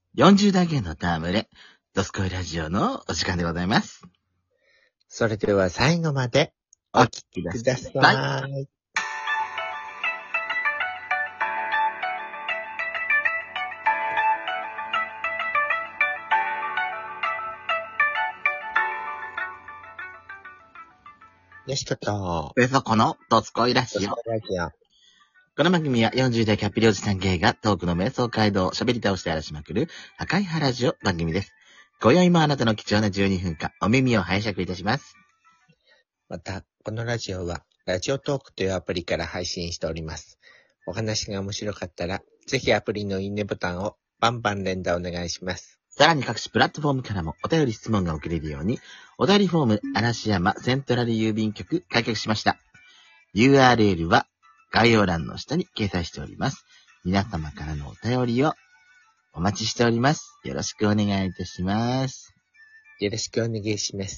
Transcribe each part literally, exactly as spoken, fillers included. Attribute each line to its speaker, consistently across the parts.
Speaker 1: よんじゅう代芸のタームレ、ドスコイラジオのお時間でございます。
Speaker 2: それでは最後までお聞きください。よしこと、
Speaker 1: ペソコのドスコイラジオ。
Speaker 2: ドスコイラジオ。
Speaker 1: この番組はよんじゅう代キャッピリおじさん芸がトークの瞑想街道を喋り倒して荒らしまくる赤いハラジオ番組です。今宵もあなたの貴重なじゅうにふんかんお耳を拝借いたします。
Speaker 2: また、このラジオはラジオトークというアプリから配信しております。お話が面白かったら、ぜひアプリのいいねボタンをバンバン連打お願いします。
Speaker 1: さらに各種プラットフォームからもお便り質問が送れるように、お便りフォーム嵐山セントラル郵便局開局しました。ユーアールエル は概要欄の下に掲載しております。皆様からのお便りをお待ちしております。よろしくお願いいたします。
Speaker 2: よろしくお願いします。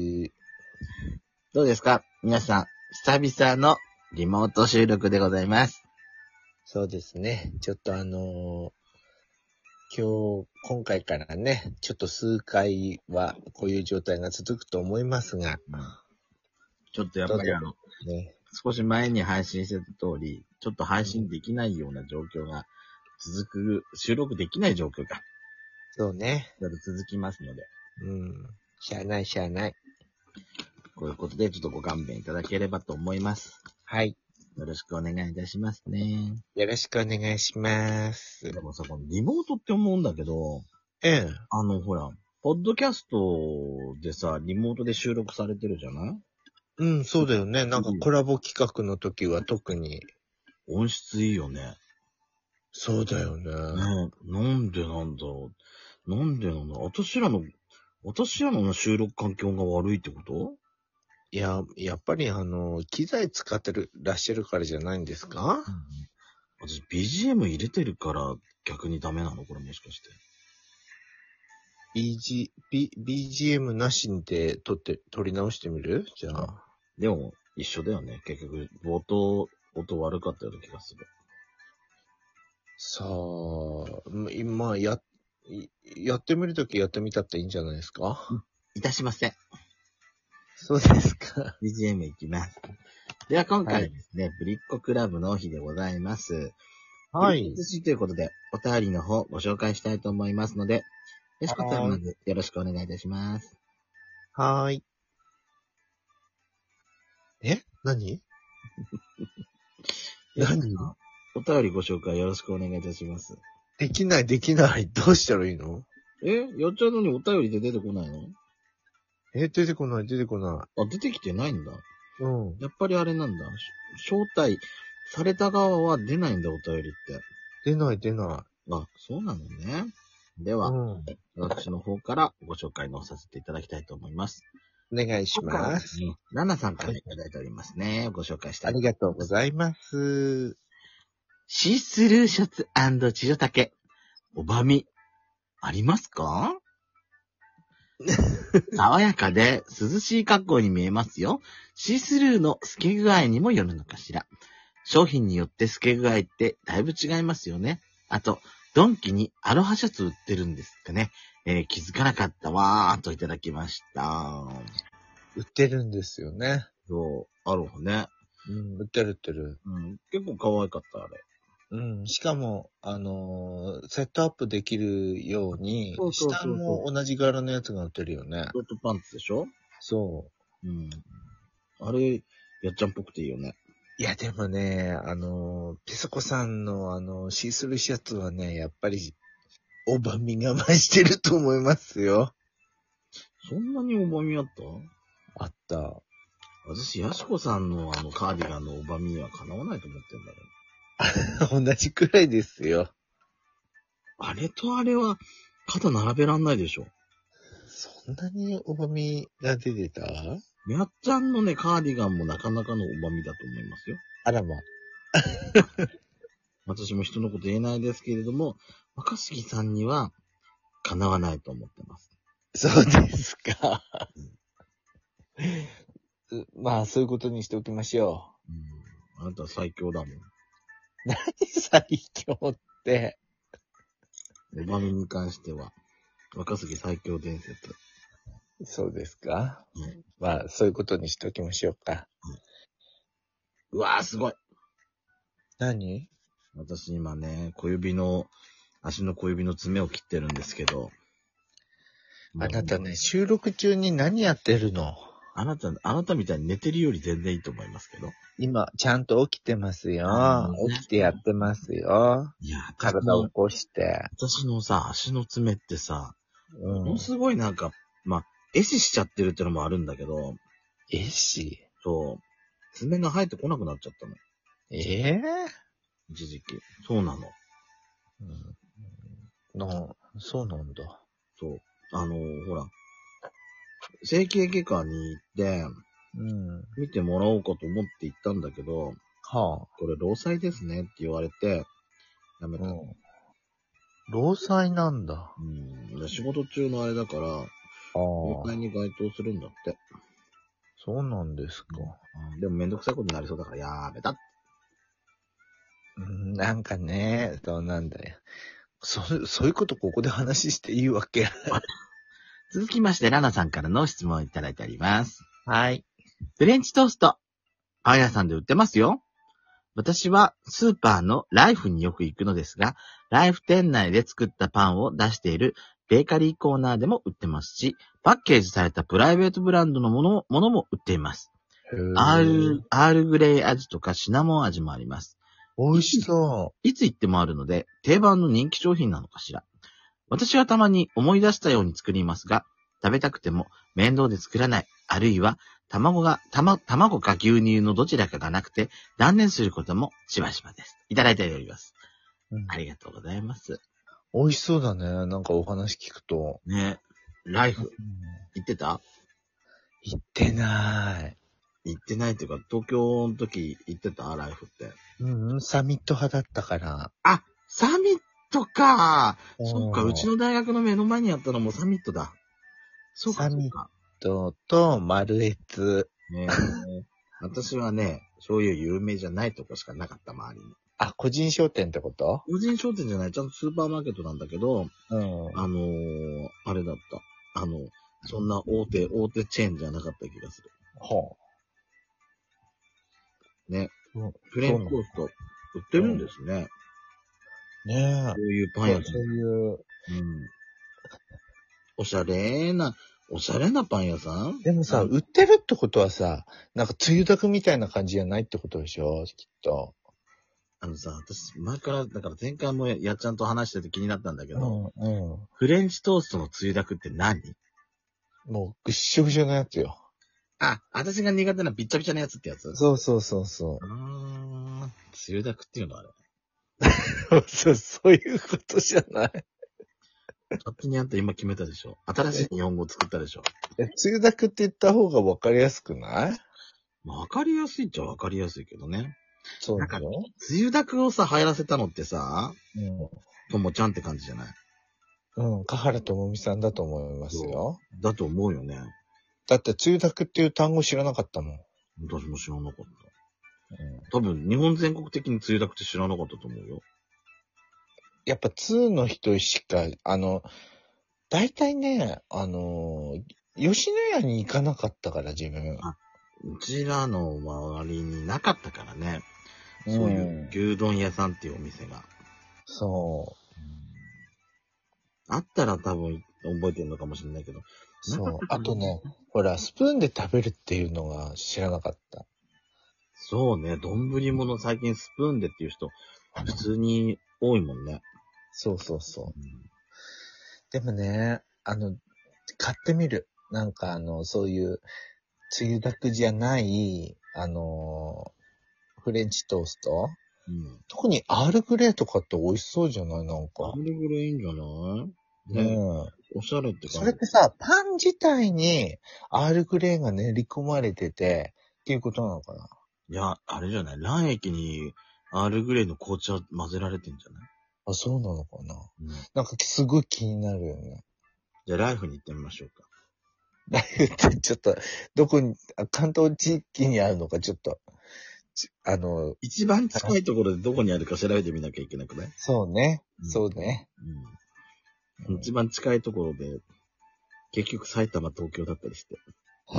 Speaker 1: どうですか皆さん、久々のリモート収録でございます。
Speaker 2: そうですね。ちょっとあのー、今日、今回からね、ちょっと数回はこういう状態が続くと思いますが、
Speaker 1: うん、ちょっとやっぱりあの、ね、少し前に配信してた通り、ちょっと配信できないような状況が続く、収録できない状況が。
Speaker 2: そうね。
Speaker 1: ちょっと続きますので。
Speaker 2: うん。しゃあないしゃあない。
Speaker 1: こういうことでちょっとご勘弁いただければと思います。
Speaker 2: はい。
Speaker 1: よろしくお願いいたしますね。
Speaker 2: よろしくお願いします。
Speaker 1: でもさ、このリモートって思うんだけど、
Speaker 2: ええ。
Speaker 1: あの、ほら、ポッドキャストでさ、リモートで収録されてるじゃない？
Speaker 2: うん、そうだよね。なんかコラボ企画の時は特に。
Speaker 1: 音質いいよね。
Speaker 2: そうだよね。
Speaker 1: ねえ、なんでなんだろう。なんでなんだろう。私らの、私らの収録環境が悪いってこと？
Speaker 2: いや、やっぱりあの、機材使ってる、らっしゃるからじゃないんですか？
Speaker 1: うん、私 ビージーエム 入れてるから逆にダメなのこれもしかして。
Speaker 2: ビージー、B、ビージーエム なしで撮って、撮り直してみる？じゃあ。
Speaker 1: でも、一緒だよね。結局、冒頭、音悪かったような気がする。
Speaker 2: さあ、今、や、やってみるときやってみたっていいんじゃないですか？
Speaker 1: いたしません。
Speaker 2: そうですか。
Speaker 1: ビージーエム いきます。では今回ですね、はい、ぶりっ子クラブの日でございます。はい。寿司ということで、お便りの方ご紹介したいと思いますので、よしこさんまずよろしくお願いいたします。
Speaker 2: はーい。え？何何？
Speaker 1: お便りご紹介よろしくお願いいたします。
Speaker 2: できないできない。どうしたらいいの？
Speaker 1: え？やっちゃうのにお便りで出てこないの？
Speaker 2: え、出てこない出てこない。
Speaker 1: あ、出てきてないんだ。
Speaker 2: うん。
Speaker 1: やっぱりあれなんだ。招待された側は出ないんだ、お便りって。
Speaker 2: 出ない出ない。
Speaker 1: あ、そうなのね。では、うん、私の方からご紹介のさせていただきたいと思います。
Speaker 2: お願いします。
Speaker 1: ね、ナナさんからいただいておりますね。ご紹介したい。
Speaker 2: ありがとうございます。
Speaker 1: シースルーシャツ&チジョ丈。おばみ、ありますか？爽やかで涼しい格好に見えますよ。シースルーの透け具合にもよるのかしら。商品によって透け具合ってだいぶ違いますよね。あと、ドンキにアロハシャツ売ってるんですかね。えー、気づかなかったわーといただきました。
Speaker 2: 売ってるんですよね。
Speaker 1: そう、アロハね。
Speaker 2: うん、売ってる売ってる。
Speaker 1: うん、結構可愛かった、あれ。
Speaker 2: うん、しかも、あのー、セットアップできるように、そうそうそうそう、下も同じ柄のやつが売ってるよね。
Speaker 1: ショートパンツでしょ？
Speaker 2: そう。
Speaker 1: うん。あれ、やっちゃんっぽくていいよね。
Speaker 2: いや、でもね、あの、ペソコさんのあの、シースルーシャツはね、やっぱり、おばみが増してると思いますよ。
Speaker 1: そんなにおばみあった？
Speaker 2: あった。
Speaker 1: 私、ヤシコさんのあのカーディガンのおばみにはかなわないと思ってんだ
Speaker 2: けど。同じくらいですよ。
Speaker 1: あれとあれは、肩並べらんないでしょ。
Speaker 2: そんなにおばみが出てた？
Speaker 1: やっちゃんのね、カーディガンもなかなかのおばみだと思いますよ。
Speaker 2: あらま。
Speaker 1: 私も人のこと言えないですけれども、若杉さんには、かなわないと思ってます。
Speaker 2: そうですか。まあ、そういうことにしておきましょ
Speaker 1: う。うん、あなたは最強だもん。
Speaker 2: 何最強って。
Speaker 1: う。バミに関しては、若杉最強伝説。
Speaker 2: そうですか、
Speaker 1: うん、
Speaker 2: まあ、そういうことにしておきましょうか。
Speaker 1: うん、うわー、すごい。
Speaker 2: 何？
Speaker 1: 私今ね、小指の、足の小指の爪を切ってるんですけど。
Speaker 2: あなたね、収録中に何やってるの？
Speaker 1: あなた、あなたみたいに寝てるより全然いいと思いますけど。
Speaker 2: 今、ちゃんと起きてますよ。
Speaker 1: ね、
Speaker 2: 起きてやってますよ。
Speaker 1: いや、私の、
Speaker 2: 体を起こして。
Speaker 1: 私のさ、足の爪ってさ、
Speaker 2: うん。
Speaker 1: ものすごいなんか、まあ、壊死しちゃってるってのもあるんだけど、
Speaker 2: えし。
Speaker 1: そう、爪が生えてこなくなっちゃったの。
Speaker 2: ええ
Speaker 1: 一時期。そうなの。
Speaker 2: うん。な、そうなんだ。
Speaker 1: そう。あの、ほら、整形外科に行って、
Speaker 2: うん。
Speaker 1: 見てもらおうかと思って行ったんだけど、
Speaker 2: はあ。
Speaker 1: これ労災ですねって言われて、やめた。
Speaker 2: うん。労災なんだ。
Speaker 1: うん。仕事中のあれだから、
Speaker 2: ああ。
Speaker 1: 労災に該当するんだって。
Speaker 2: そうなんですか。
Speaker 1: うん、でもめんどくさいことになりそうだからやめた。
Speaker 2: うん、なんかね、そうなんだよ。そ、そういうことここで話していいわけ？
Speaker 1: 続きまして、ラナさんからの質問をいただいております。
Speaker 2: はい。
Speaker 1: フレンチトースト。パン屋さんで売ってますよ。私はスーパーのライフによく行くのですが、ライフ店内で作ったパンを出しているベーカリーコーナーでも売ってますし、パッケージされたプライベートブランドのものものも売っています。アール、アールグレイ味とかシナモン味もあります。
Speaker 2: 美味しそ
Speaker 1: いつ行ってもあるので、定番の人気商品なのかしら。私はたまに思い出したように作りますが、食べたくても面倒で作らない、あるいは卵が、たま、卵か牛乳のどちらかがなくて断念することもしばしばです。いただいております。
Speaker 2: う。うん、
Speaker 1: ありがとうございます。
Speaker 2: 美味しそうだね。なんかお話聞くと。
Speaker 1: ね、ライフ、
Speaker 2: うん、
Speaker 1: 行ってた？
Speaker 2: 行ってない。
Speaker 1: 行ってないっていうか、東京の時行ってた？ライフって。
Speaker 2: うん、サミット派だったから。
Speaker 1: あ、サミットか。
Speaker 2: うん
Speaker 1: そっか、うちの大学の目の前にあったのもサミットだ。そうか、
Speaker 2: サミッ
Speaker 1: そうか。
Speaker 2: トとマルエツ。
Speaker 1: ねえ。私はね、そういう有名じゃないとこしかなかった、周りに。
Speaker 2: あ、個人商店ってこと？
Speaker 1: 個人商店じゃない、ちゃんとスーパーマーケットなんだけど、
Speaker 2: うん。
Speaker 1: あのー、あれだった。あの、そんな大手、大手チェーンじゃなかった気がする。
Speaker 2: は
Speaker 1: ね。
Speaker 2: あ。うん、
Speaker 1: フレンチトースト、売ってるんですね。
Speaker 2: ねえ。
Speaker 1: こういうパン屋さん。
Speaker 2: そういう。
Speaker 1: うん。おしゃれな、おしゃれなパン屋さん
Speaker 2: でもさ、売ってるってことはさ、なんかつゆだくみたいな感じじゃないってことでしょ、きっと。
Speaker 1: あのさ、私、前から、だから前回もやっちゃんと話してて気になったんだけど、
Speaker 2: うん、うん。
Speaker 1: フレンチトーストのつゆだくって何？
Speaker 2: もうぐっしょぐしょのやつよ。
Speaker 1: あ、私が苦手なびっちゃびちゃなやつってやつ？
Speaker 2: そうそうそうそう。
Speaker 1: うーん。つゆだくっていうのあれ。
Speaker 2: そう、そういうことじゃない。
Speaker 1: 勝手にあんた今決めたでしょ。新しい日本語を作ったでしょ。
Speaker 2: え、つゆだくって言った方がわかりやすくない？
Speaker 1: まあ、わかりやすいっちゃわかりやすいけどね。
Speaker 2: そう
Speaker 1: なんか
Speaker 2: だよ。
Speaker 1: つゆだくをさ、流行らせたのってさ、
Speaker 2: う
Speaker 1: ともちゃんって感じじゃない？
Speaker 2: ん。うん。香原朋美さんだと思いますよ。
Speaker 1: だと思うよね。
Speaker 2: だってつゆだくっていう単語知らなかったもん。
Speaker 1: 私も知らなかった。
Speaker 2: うん。
Speaker 1: 多分、日本全国的につゆだくって知らなかったと思うよ。
Speaker 2: やっぱ通の人しか、あの、大体ね、あの、吉野家に行かなかったから自分。
Speaker 1: あ、うちらの周りになかったからね。そういう牛丼屋さんっていうお店が。
Speaker 2: そう。
Speaker 1: あったら多分覚えてるのかもしれないけど。
Speaker 2: そう。あとね、ほら、スプーンで食べるっていうのが知らなかった。
Speaker 1: そうね、丼物最近スプーンでっていう人、普通に多いもんね。
Speaker 2: そうそうそう。うん、でもね、あの、買ってみる。なんかあの、そういう、つゆだくじゃない、あの、フレンチトースト、うん、特にアールグレーとかって美味しそうじゃない？なんか。
Speaker 1: アールグレーいいんじゃないね、うん。おしゃれって感じ。
Speaker 2: それってさ、パン自体にアールグレーが練り込まれてて、っていうことなのかな？
Speaker 1: いや、あれじゃない？卵液にアールグレーの紅茶混ぜられてんじゃない？
Speaker 2: あ、そうなのかな、うん、なんかすごい気になるよね。
Speaker 1: じゃあライフに行ってみましょうか。
Speaker 2: ライフってちょっと、どこに、関東地域にあるのかちょっと、あの、
Speaker 1: 一番近いところでどこにあるか調べてみなきゃいけなくない？
Speaker 2: そうね。うん、そうね。
Speaker 1: うん。 一番近いところで、結局埼玉、東京だったりして。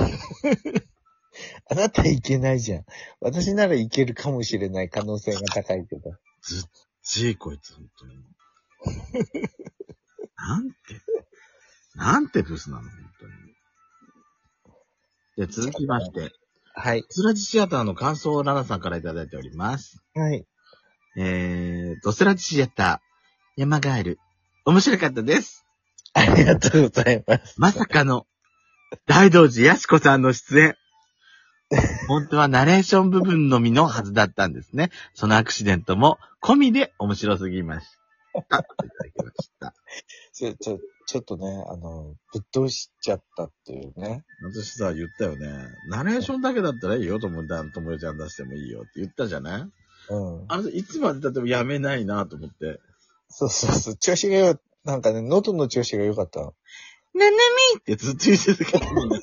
Speaker 2: あなた行けないじゃん。私なら行けるかもしれない可能性が高いけど。
Speaker 1: ずっちいこいつ、本当に。なんて、なんてブスなの、本当に。で、続きまして。
Speaker 2: はい。
Speaker 1: スラジシアターの感想をラナさんからいただいております。
Speaker 2: はい。
Speaker 1: えー、ドスラジシアター、山ガエル、面白かったです。
Speaker 2: ありがとうございます。
Speaker 1: まさかの、大道寺やしこさんの出演。本当はナレーション部分のみのはずだったんですね。そのアクシデントも込みで面白すぎました。いただきました。
Speaker 2: ちょ、ちょ、ちょっとね、あの、ぶっ通しちゃったっていうね。
Speaker 1: 私さ、言ったよね。ナレーションだけだったらいいよ、ともだん、ともよちゃん出してもいいよって言ったじゃない？うん。あの、いつまで経ってもやめないなと思って。そうそうそう。調子がよ、なんかね、喉の調子が良かった。ななみってずっと言ってたけど。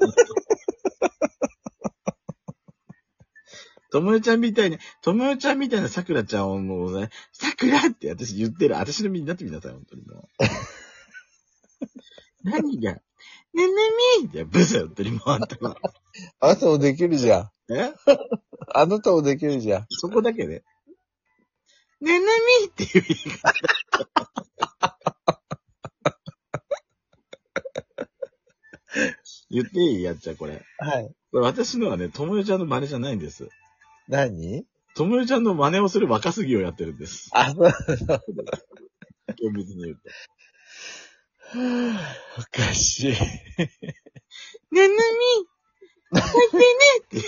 Speaker 1: ともよちゃんみたいに、ともよちゃんみたいなさくらちゃんをもうね、さくらって私言ってる。私の身になってみなさい、本当にもう。何が、ねなみって、ブス本当にもうあんたは。あなたもできるじゃん。えあなたもできるじゃん。そこだけで。ねなみっていう言い方。言っていいやっちゃこれ。はい。これ私のはね、ともよちゃんの真似じゃないんです。何？ともよちゃんの真似をする若すぎをやってるんです。あ、そうそう。厳密に言うと。おかしい。ねなみ泣いてね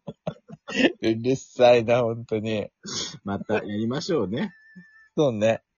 Speaker 1: って。うるさいな、ほんとに。またやりましょうね。そうね。